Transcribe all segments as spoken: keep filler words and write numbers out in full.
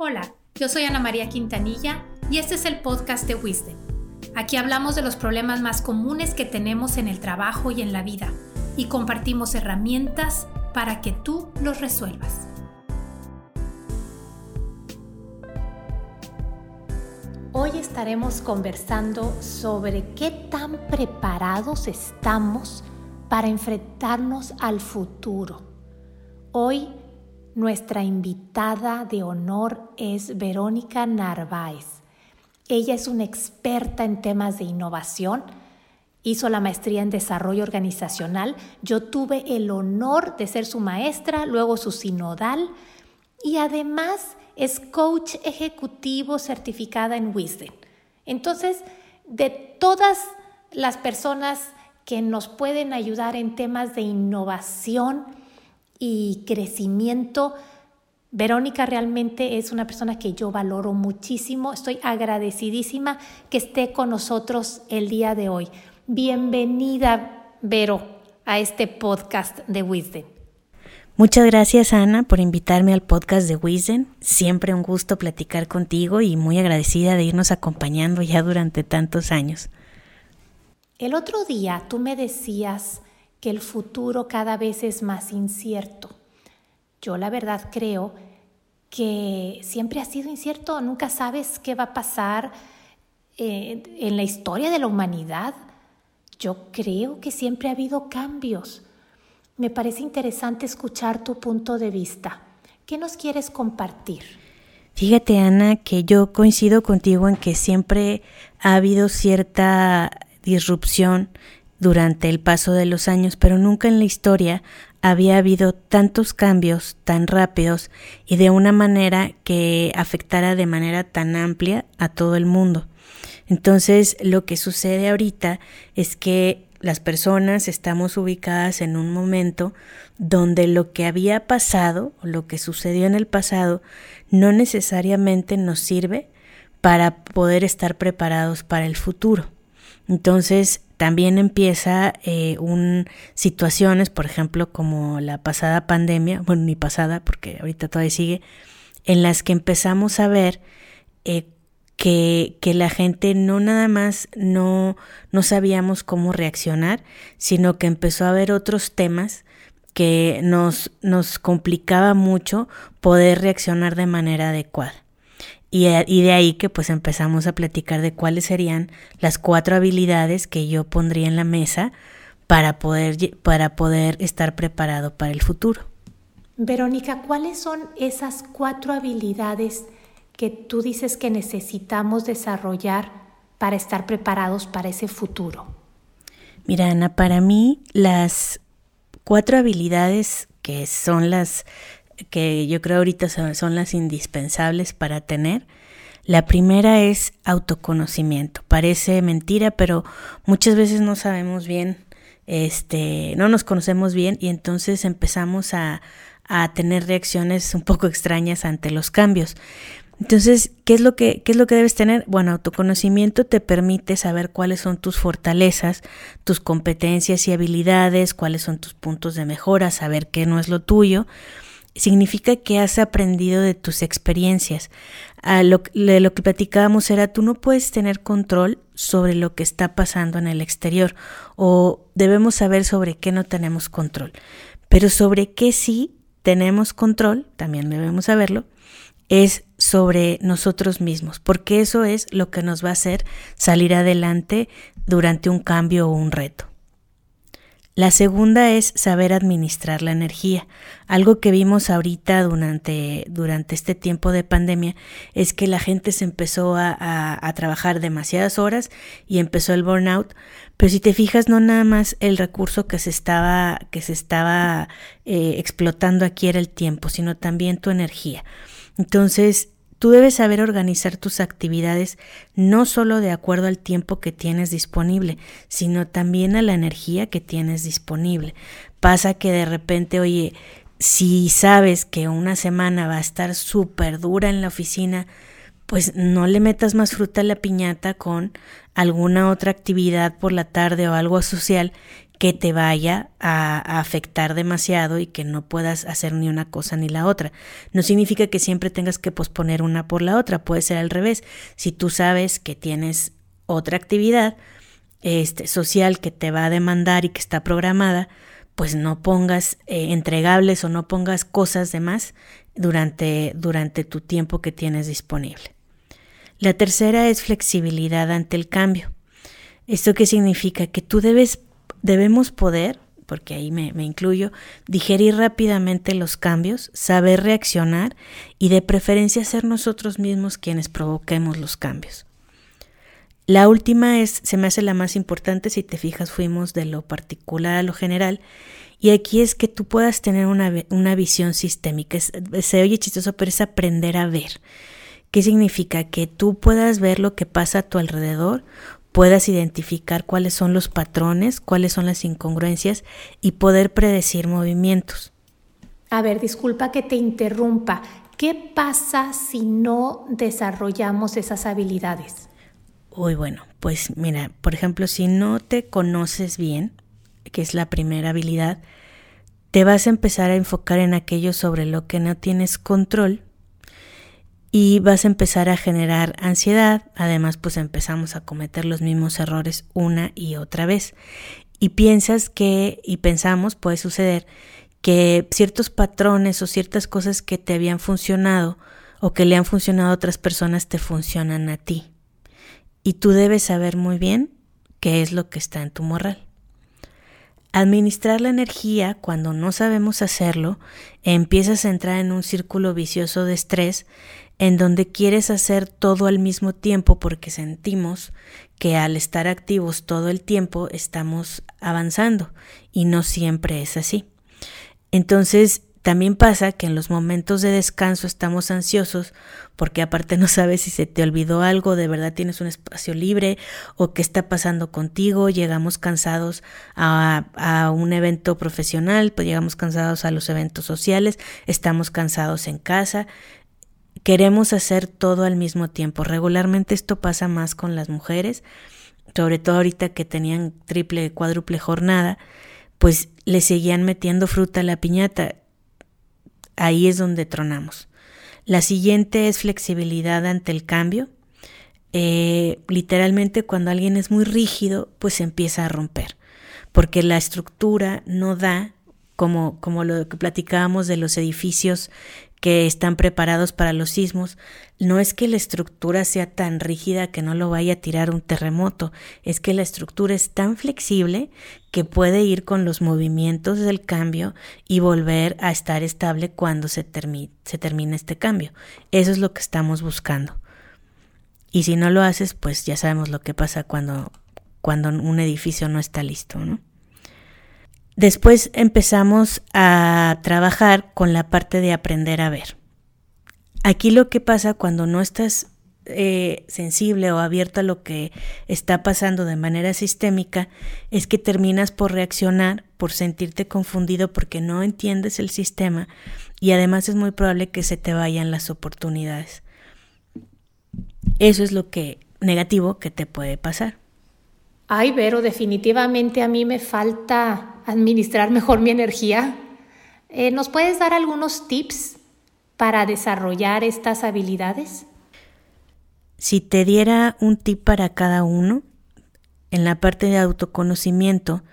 Hola, yo soy Ana María Quintanilla y este es el podcast de Wisdom. Aquí hablamos de los problemas más comunes que tenemos en el trabajo y en la vida y compartimos herramientas para que tú los resuelvas. Hoy estaremos conversando sobre qué tan preparados estamos para enfrentarnos al futuro. Hoy nuestra invitada de honor es Verónica Narváez. Ella es una experta en temas de innovación, hizo la maestría en desarrollo organizacional. Yo tuve el honor de ser su maestra, luego su sinodal y además es coach ejecutivo certificada en Wisdom. Entonces, de todas las personas que nos pueden ayudar en temas de innovación y crecimiento, Verónica realmente es una persona que yo valoro muchísimo. Estoy agradecidísima que esté con nosotros el día de hoy. Bienvenida, Vero, a este podcast de Wisdom. Muchas gracias, Ana, por invitarme al podcast de Wisdom. Siempre un gusto platicar contigo y muy agradecida de irnos acompañando ya durante tantos años. El otro día tú me decías que el futuro cada vez es más incierto. Yo la verdad creo que siempre ha sido incierto, nunca sabes qué va a pasar eh, en la historia de la humanidad. Yo creo que siempre ha habido cambios. Me parece interesante escuchar tu punto de vista. ¿Qué nos quieres compartir? Fíjate, Ana, que yo coincido contigo en que siempre ha habido cierta disrupción durante el paso de los años, pero nunca en la historia había habido tantos cambios tan rápidos y de una manera que afectara de manera tan amplia a todo el mundo. Entonces, lo que sucede ahorita es que las personas estamos ubicadas en un momento donde lo que había pasado, o lo que sucedió en el pasado, no necesariamente nos sirve para poder estar preparados para el futuro. Entonces, también empieza eh, un, situaciones, por ejemplo, como la pasada pandemia, bueno, ni pasada, porque ahorita todavía sigue, en las que empezamos a ver eh, que, que la gente no nada más no, no sabíamos cómo reaccionar, sino que empezó a haber otros temas que nos, nos complicaba mucho poder reaccionar de manera adecuada. Y, y de ahí que pues empezamos a platicar de cuáles serían las cuatro habilidades que yo pondría en la mesa para poder, para poder estar preparado para el futuro. Verónica, ¿cuáles son esas cuatro habilidades que tú dices que necesitamos desarrollar para estar preparados para ese futuro? Mira, Ana, para mí las cuatro habilidades que son las que yo creo ahorita son, son las indispensables para tener. La primera es autoconocimiento. Parece mentira, pero muchas veces no sabemos bien, este, no nos conocemos bien y entonces empezamos a, a tener reacciones un poco extrañas ante los cambios. Entonces, ¿qué es lo que, qué es lo que debes tener? Bueno, autoconocimiento te permite saber cuáles son tus fortalezas, tus competencias y habilidades, cuáles son tus puntos de mejora, saber qué no es lo tuyo. Significa que has aprendido de tus experiencias. A lo, de lo que platicábamos era, tú no puedes tener control sobre lo que está pasando en el exterior o debemos saber sobre qué no tenemos control. Pero sobre qué sí tenemos control, también debemos saberlo, es sobre nosotros mismos, porque eso es lo que nos va a hacer salir adelante durante un cambio o un reto. La segunda es saber administrar la energía. Algo que vimos ahorita durante, durante este tiempo de pandemia es que la gente se empezó a, a, a trabajar demasiadas horas y empezó el burnout. Pero si te fijas, no nada más el recurso que se estaba, que se estaba eh, explotando aquí era el tiempo, sino también tu energía. Entonces, tú debes saber organizar tus actividades no solo de acuerdo al tiempo que tienes disponible, sino también a la energía que tienes disponible. Pasa que de repente, oye, si sabes que una semana va a estar súper dura en la oficina, pues no le metas más fruta a la piñata con alguna otra actividad por la tarde o algo social que te vaya a, a afectar demasiado y que no puedas hacer ni una cosa ni la otra. No significa que siempre tengas que posponer una por la otra, puede ser al revés. Si tú sabes que tienes otra actividad este, social que te va a demandar y que está programada, pues no pongas eh, entregables o no pongas cosas de más durante, durante tu tiempo que tienes disponible. La tercera es flexibilidad ante el cambio. ¿Esto qué significa? Que tú debes, debemos poder, porque ahí me, me incluyo, digerir rápidamente los cambios, saber reaccionar y de preferencia ser nosotros mismos quienes provoquemos los cambios. La última es, se me hace la más importante, si te fijas fuimos de lo particular a lo general, y aquí es que tú puedas tener una, una visión sistémica. Es, se oye chistoso, pero es aprender a ver. ¿Qué significa? Que tú puedas ver lo que pasa a tu alrededor, puedas identificar cuáles son los patrones, cuáles son las incongruencias y poder predecir movimientos. A ver, disculpa que te interrumpa. ¿Qué pasa si no desarrollamos esas habilidades? Uy, bueno, pues mira, por ejemplo, si no te conoces bien, que es la primera habilidad, te vas a empezar a enfocar en aquello sobre lo que no tienes control y vas a empezar a generar ansiedad. Además, pues empezamos a cometer los mismos errores una y otra vez. Y piensas que, y pensamos, puede suceder, que ciertos patrones o ciertas cosas que te habían funcionado o que le han funcionado a otras personas te funcionan a ti. Y tú debes saber muy bien qué es lo que está en tu morral. Administrar la energía, cuando no sabemos hacerlo, empiezas a entrar en un círculo vicioso de estrés en donde quieres hacer todo al mismo tiempo porque sentimos que al estar activos todo el tiempo estamos avanzando y no siempre es así. Entonces, también pasa que en los momentos de descanso estamos ansiosos porque aparte no sabes si se te olvidó algo, de verdad tienes un espacio libre o qué está pasando contigo. Llegamos cansados a, a un evento profesional, pues llegamos cansados a los eventos sociales, estamos cansados en casa. Queremos hacer todo al mismo tiempo. Regularmente esto pasa más con las mujeres, sobre todo ahorita que tenían triple, cuádruple jornada, pues le seguían metiendo fruta a la piñata. Ahí es donde tronamos. La siguiente es flexibilidad ante el cambio. Eh, literalmente cuando alguien es muy rígido, pues empieza a romper, porque la estructura no da, como, como lo que platicábamos de los edificios que están preparados para los sismos. No es que la estructura sea tan rígida que no lo vaya a tirar un terremoto, es que la estructura es tan flexible que puede ir con los movimientos del cambio y volver a estar estable cuando se, termi- se termine este cambio. Eso es lo que estamos buscando. Y si no lo haces, pues ya sabemos lo que pasa cuando, cuando un edificio no está listo, ¿no? Después empezamos a trabajar con la parte de aprender a ver. Aquí lo que pasa cuando no estás eh, sensible o abierto a lo que está pasando de manera sistémica es que terminas por reaccionar, por sentirte confundido porque no entiendes el sistema y además es muy probable que se te vayan las oportunidades. Eso es lo que negativo que te puede pasar. Ay, Vero, definitivamente a mí me falta administrar mejor mi energía. Eh, ¿Nos puedes dar algunos tips para desarrollar estas habilidades? Si te diera un tip para cada uno, en la parte de autoconocimiento,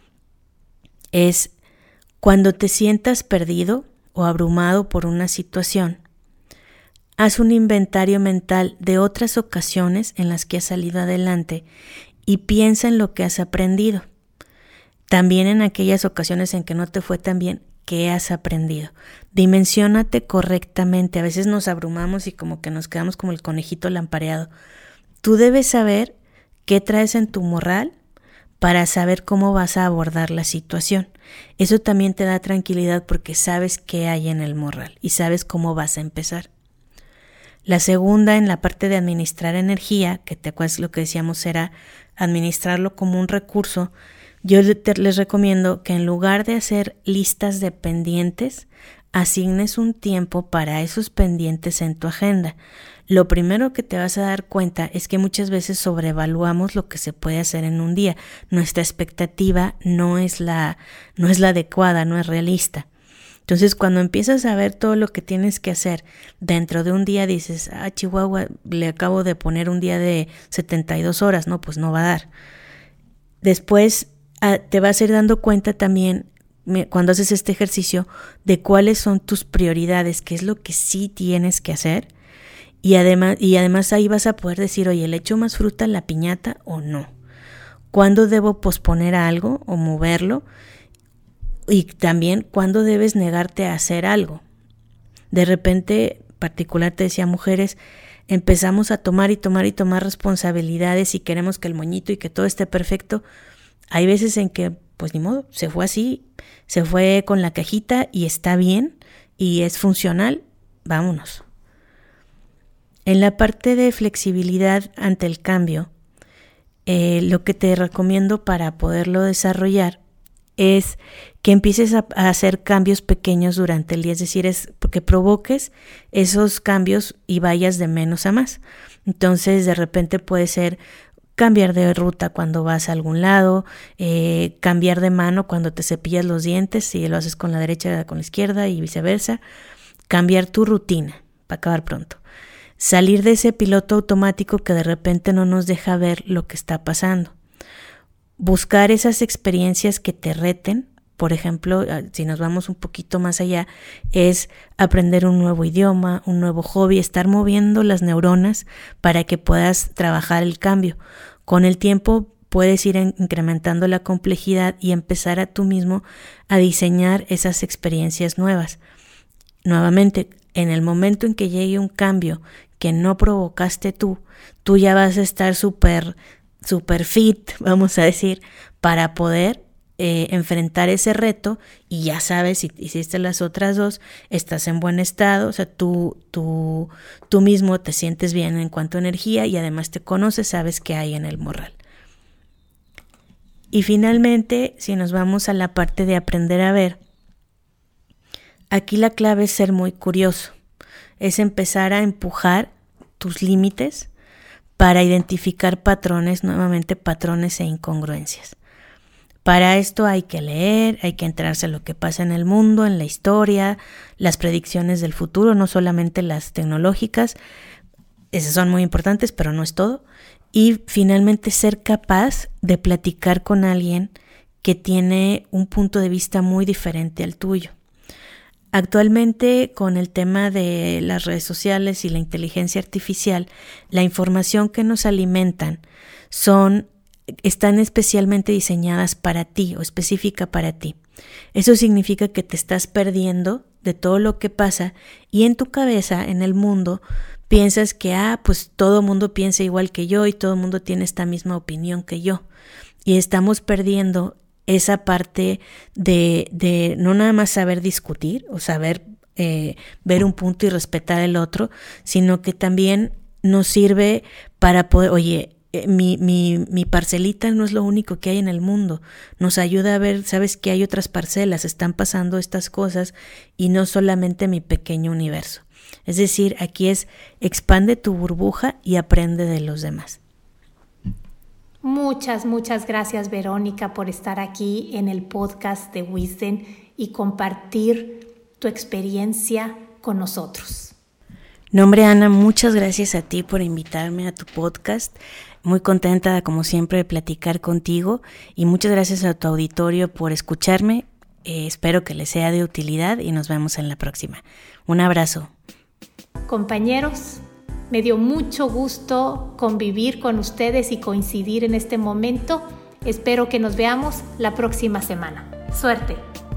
es cuando te sientas perdido o abrumado por una situación, haz un inventario mental de otras ocasiones en las que has salido adelante y piensa en lo que has aprendido. También en aquellas ocasiones en que no te fue tan bien, ¿qué has aprendido? Dimensiónate correctamente. A veces nos abrumamos y como que nos quedamos como el conejito lampareado. Tú debes saber qué traes en tu morral para saber cómo vas a abordar la situación. Eso también te da tranquilidad porque sabes qué hay en el morral y sabes cómo vas a empezar. La segunda, en la parte de administrar energía, que te acuerdas lo que decíamos era administrarlo como un recurso. Yo te, les recomiendo que en lugar de hacer listas de pendientes, asignes un tiempo para esos pendientes en tu agenda. Lo primero que te vas a dar cuenta es que muchas veces sobrevaluamos lo que se puede hacer en un día. Nuestra expectativa no es la, no es la adecuada, no es realista. Entonces, cuando empiezas a ver todo lo que tienes que hacer dentro de un día, dices, ah, Chihuahua, le acabo de poner un día de setenta y dos horas. No, pues no va a dar. Después ah, te vas a ir dando cuenta también, cuando haces este ejercicio, de cuáles son tus prioridades, qué es lo que sí tienes que hacer. Y además, y además ahí vas a poder decir, oye, ¿le echo más fruta a la piñata o no? ¿Cuándo debo posponer algo o moverlo? Y también, ¿cuándo debes negarte a hacer algo? De repente, particular te decía, mujeres, empezamos a tomar y tomar y tomar responsabilidades y queremos que el moñito y que todo esté perfecto. Hay veces en que, pues ni modo, se fue así, se fue con la cajita y está bien y es funcional, vámonos. En la parte de flexibilidad ante el cambio, eh, lo que te recomiendo para poderlo desarrollar es que empieces a, a hacer cambios pequeños durante el día, es decir, es porque provoques esos cambios y vayas de menos a más. Entonces, de repente puede ser cambiar de ruta cuando vas a algún lado, eh, cambiar de mano cuando te cepillas los dientes, si lo haces con la derecha con la izquierda y viceversa, cambiar tu rutina para acabar pronto. Salir de ese piloto automático que de repente no nos deja ver lo que está pasando. Buscar esas experiencias que te reten, por ejemplo, si nos vamos un poquito más allá, es aprender un nuevo idioma, un nuevo hobby, estar moviendo las neuronas para que puedas trabajar el cambio. Con el tiempo puedes ir incrementando la complejidad y empezar a tú mismo a diseñar esas experiencias nuevas. Nuevamente, en el momento en que llegue un cambio que no provocaste tú, tú ya vas a estar súper super fit, vamos a decir, para poder eh, enfrentar ese reto y ya sabes, si hiciste las otras dos, estás en buen estado, o sea, tú, tú, tú mismo te sientes bien en cuanto a energía y además te conoces, sabes qué hay en el morral. Y finalmente, si nos vamos a la parte de aprender a ver, aquí la clave es ser muy curioso, es empezar a empujar tus límites para identificar patrones, nuevamente patrones e incongruencias. Para esto hay que leer, hay que enterarse de lo que pasa en el mundo, en la historia, las predicciones del futuro, no solamente las tecnológicas, esas son muy importantes, pero no es todo. Y finalmente ser capaz de platicar con alguien que tiene un punto de vista muy diferente al tuyo. Actualmente, con el tema de las redes sociales y la inteligencia artificial, la información que nos alimentan son, están especialmente diseñadas para ti o específica para ti. Eso significa que te estás perdiendo de todo lo que pasa y en tu cabeza, en el mundo, piensas que, ah, pues todo mundo piensa igual que yo y todo mundo tiene esta misma opinión que yo. Y estamos perdiendo esa parte de, de no nada más saber discutir o saber eh, ver un punto y respetar el otro, sino que también nos sirve para poder, oye, eh, mi, mi, mi parcelita no es lo único que hay en el mundo, nos ayuda a ver, sabes que hay otras parcelas, están pasando estas cosas y no solamente mi pequeño universo. Es decir, aquí es expande tu burbuja y aprende de los demás. Muchas, muchas gracias, Verónica, por estar aquí en el podcast de Wisden y compartir tu experiencia con nosotros. No, hombre, Ana, muchas gracias a ti por invitarme a tu podcast. Muy contenta, como siempre, de platicar contigo y muchas gracias a tu auditorio por escucharme. Eh, espero que les sea de utilidad y nos vemos en la próxima. Un abrazo. Compañeros, me dio mucho gusto convivir con ustedes y coincidir en este momento. Espero que nos veamos la próxima semana. Suerte.